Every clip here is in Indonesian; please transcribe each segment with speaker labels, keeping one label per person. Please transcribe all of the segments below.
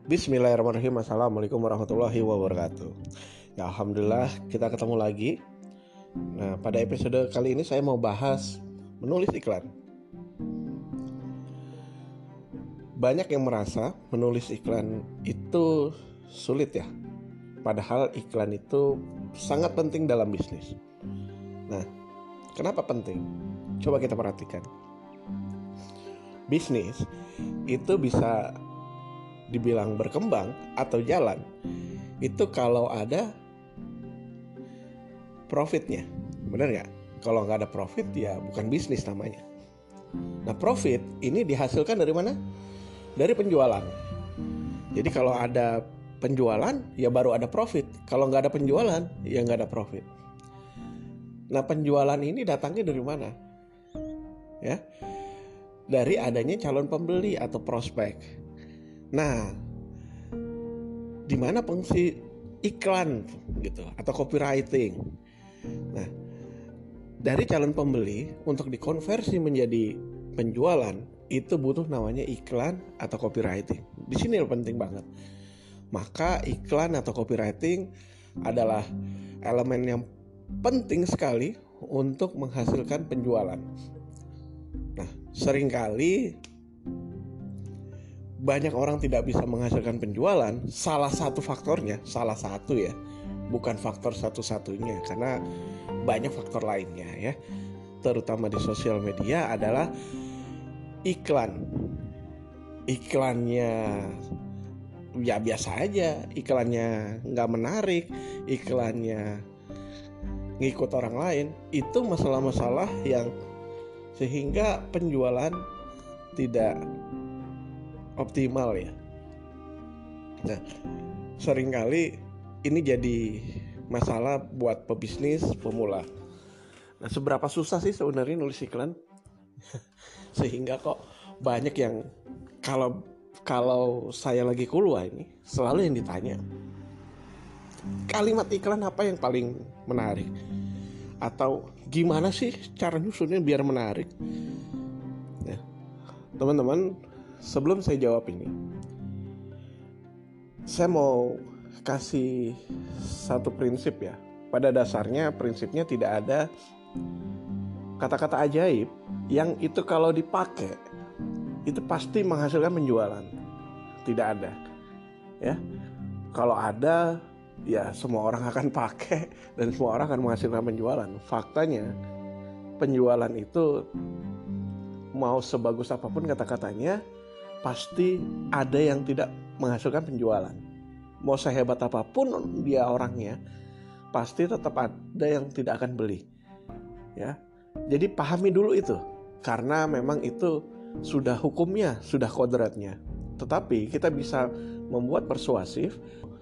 Speaker 1: Bismillahirrahmanirrahim. Assalamualaikum warahmatullahi wabarakatuh. Ya, alhamdulillah kita ketemu lagi. Nah, pada episode kali ini saya mau bahas menulis iklan. Banyak yang merasa menulis iklan itu sulit ya. Padahal iklan itu sangat penting dalam bisnis. Nah, kenapa penting? Coba kita perhatikan. Bisnis itu bisa dibilang berkembang atau jalan itu kalau ada profitnya, benar nggak? Kalau nggak ada profit ya bukan bisnis namanya. Nah, profit ini dihasilkan dari mana? Dari penjualan. Jadi kalau ada penjualan ya baru ada profit. Kalau nggak ada penjualan ya nggak ada profit. Nah, penjualan ini datangnya dari mana? Ya, dari adanya calon pembeli atau prospek. Nah, di mana fungsi iklan gitu atau copywriting? Nah, dari calon pembeli untuk dikonversi menjadi penjualan itu butuh namanya iklan atau copywriting. Di sini yang penting banget. Maka iklan atau copywriting adalah elemen yang penting sekali untuk menghasilkan penjualan. Nah, seringkali banyak orang tidak bisa menghasilkan penjualan. Salah satu faktornya, bukan faktor satu-satunya, karena banyak faktor lainnya ya. Terutama di sosial media adalah iklannya ya biasa aja, iklannya nggak menarik, iklannya ngikut orang lain. Itu masalah-masalah yang sehingga penjualan tidak optimal ya. Nah, seringkali ini jadi masalah buat pebisnis pemula. Nah, seberapa susah sih sebenarnya nulis iklan? Sehingga kok banyak yang kalau saya lagi kuliah ini selalu yang ditanya, kalimat iklan apa yang paling menarik? Atau gimana sih cara nyusunnya biar menarik? Nah, teman-teman, sebelum saya jawab ini, saya mau kasih satu prinsip ya. Pada dasarnya prinsipnya tidak ada kata-kata ajaib yang itu kalau dipakai itu pasti menghasilkan penjualan. Tidak ada. Ya. Kalau ada ya semua orang akan pakai dan semua orang akan menghasilkan penjualan. Faktanya penjualan itu mau sebagus apapun kata-katanya pasti ada yang tidak menghasilkan penjualan. Mau sehebat apapun dia orangnya, pasti tetap ada yang tidak akan beli. Ya. Jadi pahami dulu itu. Karena memang itu sudah hukumnya, sudah kodratnya. Tetapi kita bisa membuat persuasif,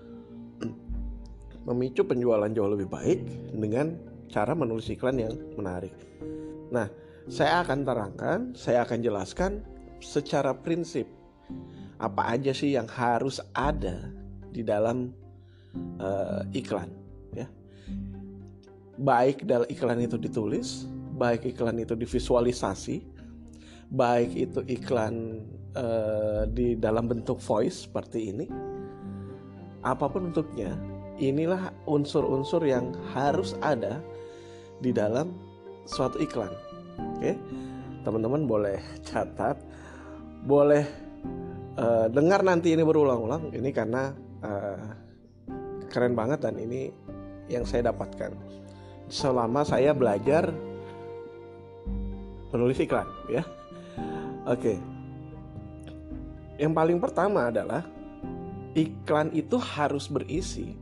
Speaker 1: memicu penjualan jauh lebih baik dengan cara menulis iklan yang menarik. Nah, saya akan terangkan, saya akan jelaskan secara prinsip apa aja sih yang harus ada di dalam iklan ya. Baik dalam iklan itu ditulis, baik iklan itu divisualisasi, baik itu iklan di dalam bentuk voice seperti ini, apapun bentuknya, inilah unsur-unsur yang harus ada di dalam suatu iklan. Oke, teman-teman boleh catat, boleh dengar nanti ini berulang-ulang. Ini karena keren banget dan ini yang saya dapatkan selama saya belajar menulis iklan ya. Oke. Yang paling pertama adalah iklan itu harus berisi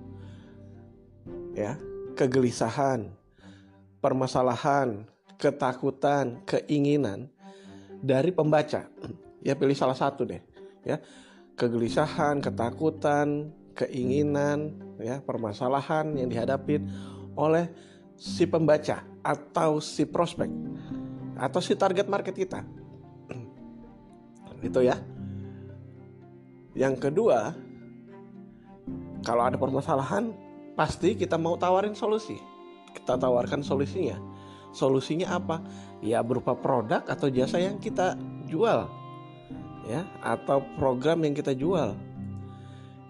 Speaker 1: ya, kegelisahan, permasalahan, ketakutan, keinginan dari pembaca. Ya, pilih salah satu deh ya. Kegelisahan, ketakutan, keinginan ya, permasalahan yang dihadapi oleh si pembaca atau si prospek atau si target market kita. Itu ya. Yang kedua, kalau ada permasalahan pasti kita mau tawarin solusi. Kita tawarkan solusinya. Solusinya apa? Ya berupa produk atau jasa yang kita jual ya, atau program yang kita jual.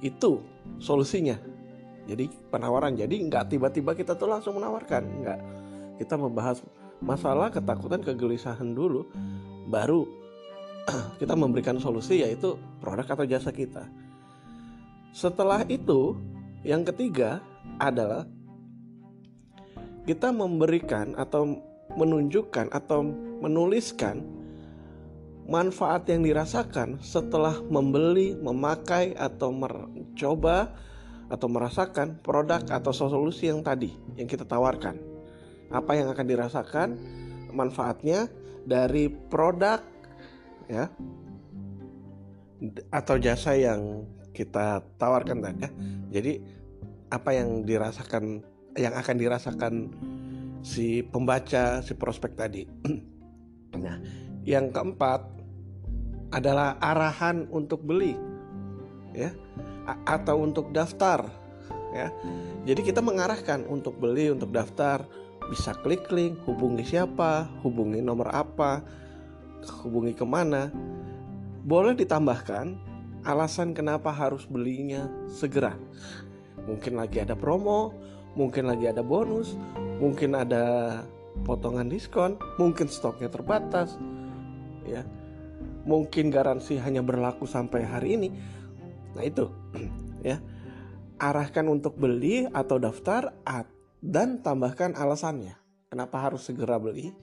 Speaker 1: Itu solusinya. Jadi penawaran. Jadi nggak tiba-tiba kita tuh langsung menawarkan. Nggak. Kita membahas masalah, ketakutan, kegelisahan dulu, baru kita memberikan solusi, yaitu produk atau jasa kita. Setelah itu, yang ketiga adalah kita memberikan atau menunjukkan atau menuliskan manfaat yang dirasakan setelah membeli, memakai, atau mencoba atau merasakan produk atau solusi yang tadi yang kita tawarkan. Apa yang akan dirasakan manfaatnya dari produk ya atau jasa yang kita tawarkan tadi. Jadi apa yang dirasakan, yang akan dirasakan si pembaca, si prospek tadi. Nah, yang keempat adalah arahan untuk beli, ya, atau untuk daftar, ya. Jadi kita mengarahkan untuk beli, untuk daftar, bisa klik link, hubungi siapa, hubungi nomor apa, hubungi kemana. Boleh ditambahkan alasan kenapa harus belinya segera. Mungkin lagi ada promo, mungkin lagi ada bonus, mungkin ada potongan diskon, mungkin stoknya terbatas, ya, mungkin garansi hanya berlaku sampai hari ini. Nah itu, ya, arahkan untuk beli atau daftar, dan tambahkan alasannya. Kenapa harus segera beli?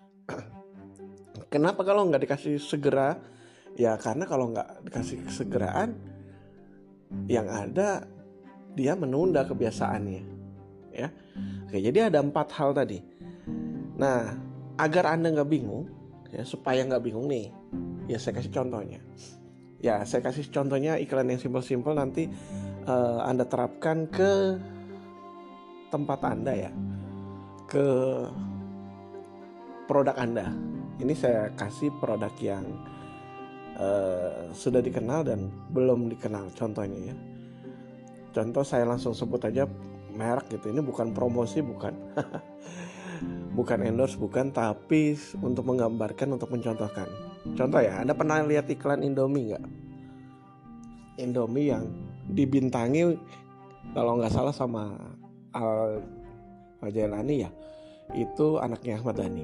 Speaker 1: Kenapa kalau nggak dikasih segera? Ya karena kalau nggak dikasih kesegeraan, yang ada dia menunda kebiasaannya, ya. Oke, jadi ada 4 hal tadi. Nah, agar Anda nggak bingung, ya, supaya nggak bingung nih, ya saya kasih contohnya. Ya, saya kasih contohnya iklan yang simpel-simpel, nanti Anda terapkan ke tempat Anda, ya, ke produk Anda. Ini saya kasih produk yang sudah dikenal dan belum dikenal, contohnya, ya. Contoh saya langsung sebut aja merek gitu. Ini bukan promosi, bukan bukan endorse, bukan, tapi untuk menggambarkan, untuk mencontohkan. Contoh ya, Anda pernah lihat iklan Indomie nggak? Indomie yang dibintangi kalau nggak salah sama Al Jailani, ya, itu anaknya Ahmad Dhani.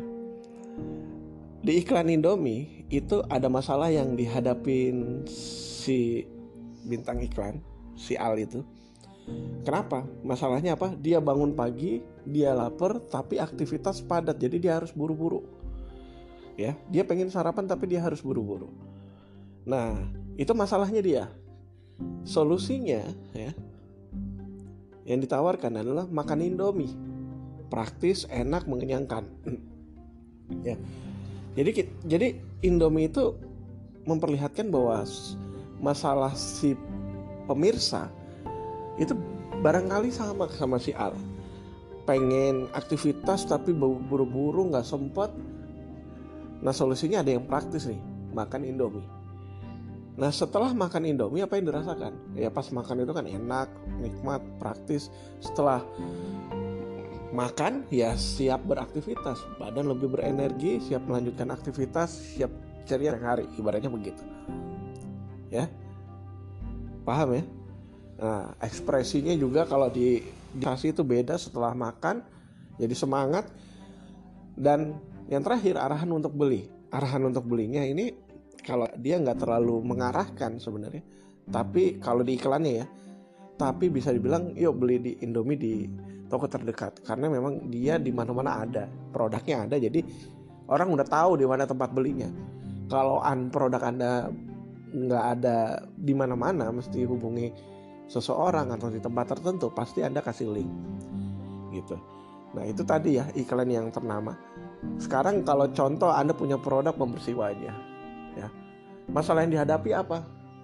Speaker 1: Di iklan Indomie itu ada masalah yang dihadapin si bintang iklan, si Al itu. Kenapa? Masalahnya apa? Dia bangun pagi, dia lapar, tapi aktivitas padat, jadi dia harus buru-buru. Ya, dia pengen sarapan tapi dia harus buru-buru. Nah, itu masalahnya dia. Solusinya, ya, yang ditawarkan adalah makan Indomie. Praktis, enak, mengenyangkan. Ya. Jadi Indomie itu memperlihatkan bahwa masalah si pemirsa itu barangkali sama si Al, pengen aktivitas tapi buru-buru, nggak sempet. Nah solusinya ada yang praktis nih, makan Indomie. Nah setelah makan Indomie apa yang dirasakan? Ya pas makan itu kan enak, nikmat, praktis. Setelah makan ya siap beraktivitas, badan lebih berenergi, siap melanjutkan aktivitas, siap ceria hari, ibaratnya begitu, ya. Paham ya? Nah, ekspresinya juga kalau dikasih itu beda setelah makan, jadi semangat. Dan yang terakhir, arahan untuk beli. Arahan untuk belinya ini kalau dia nggak terlalu mengarahkan sebenarnya, tapi kalau di iklannya, ya, tapi bisa dibilang yuk beli di Indomie di toko terdekat, karena memang dia di mana-mana ada, produknya ada, jadi orang udah tahu di mana tempat belinya. Kalau produk Anda nggak ada di mana-mana, mesti hubungi seseorang atau di tempat tertentu, pasti Anda kasih link gitu. Nah itu tadi ya iklan yang ternama. Sekarang kalau contoh Anda punya produk pembersih wajah, ya, masalah yang dihadapi apa?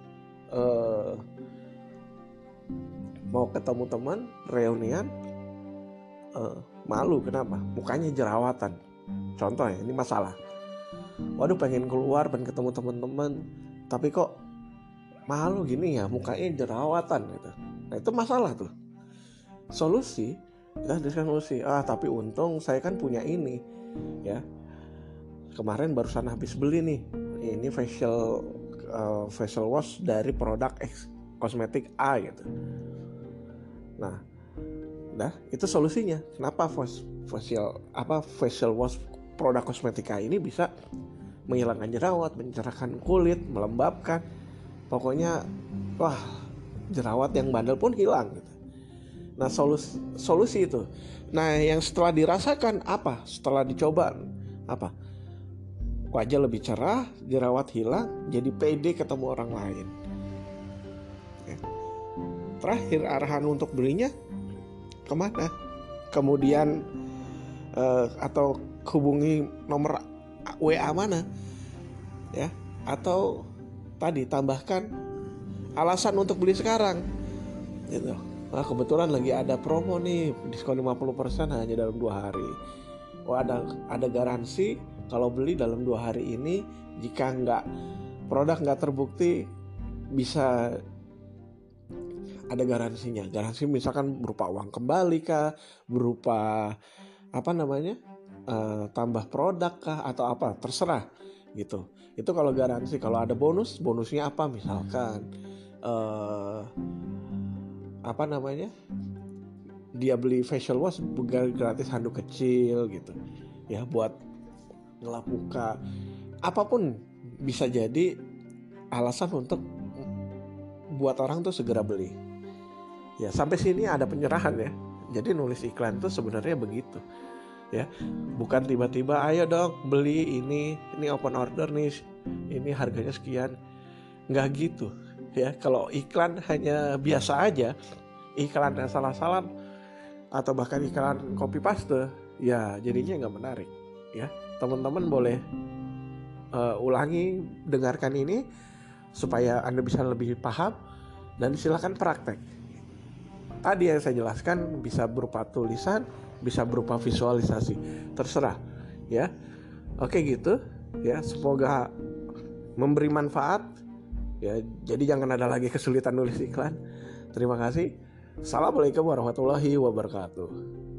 Speaker 1: Mau ketemu teman, reunian, malu, kenapa? Mukanya jerawatan, contoh ya, ini masalah. Waduh pengen keluar, pengen ketemu teman-teman, tapi kok malu gini ya, mukanya jerawatan gitu. Nah itu masalah tuh. Solusi, kita hadirkan solusi. Tapi untung saya kan punya ini, ya. Kemarin barusan habis beli nih, ini facial wash dari produk X kosmetik A gitu. Nah, itu solusinya. Kenapa facial wash produk kosmetika ini bisa menghilangkan jerawat, mencerahkan kulit, melembabkan. Pokoknya jerawat yang bandel pun hilang gitu. Nah, solusi itu. Nah, yang setelah dirasakan apa? Setelah dicoba apa? Wajah lebih cerah, jerawat hilang, jadi pede ketemu orang lain. Terakhir, arahan untuk belinya kemana? Kemudian atau hubungi nomor WA mana? Ya, atau tadi tambahkan alasan untuk beli sekarang. Gitu. Nah, kebetulan lagi ada promo nih, diskon 50% hanya dalam 2 hari. Ada garansi kalau beli dalam 2 hari ini, jika produk nggak terbukti, bisa ada garansinya. Garansi misalkan berupa uang kembali kah, berupa tambah produk kah, atau apa, terserah gitu. Itu kalau garansi. Kalau ada bonusnya apa, misalkan dia beli facial wash gratis handuk kecil gitu ya, buat ngelap muka. Apapun bisa jadi alasan untuk buat orang tuh segera beli. Ya, sampai sini ada penyerahan ya. Jadi nulis iklan tuh sebenarnya begitu ya, bukan tiba-tiba ayo dong beli ini open order nih, ini harganya sekian. Nggak gitu ya. Kalau iklan hanya biasa aja, iklan yang salah-salah atau bahkan iklan copy paste, ya jadinya nggak menarik ya. Teman-teman boleh ulangi, dengarkan ini supaya Anda bisa lebih paham, dan silakan praktek. Tadi yang saya jelaskan bisa berupa tulisan, bisa berupa visualisasi, terserah ya. Oke gitu ya, semoga memberi manfaat ya. Jadi jangan ada lagi kesulitan nulis iklan. Terima kasih. Assalamualaikum warahmatullahi wabarakatuh.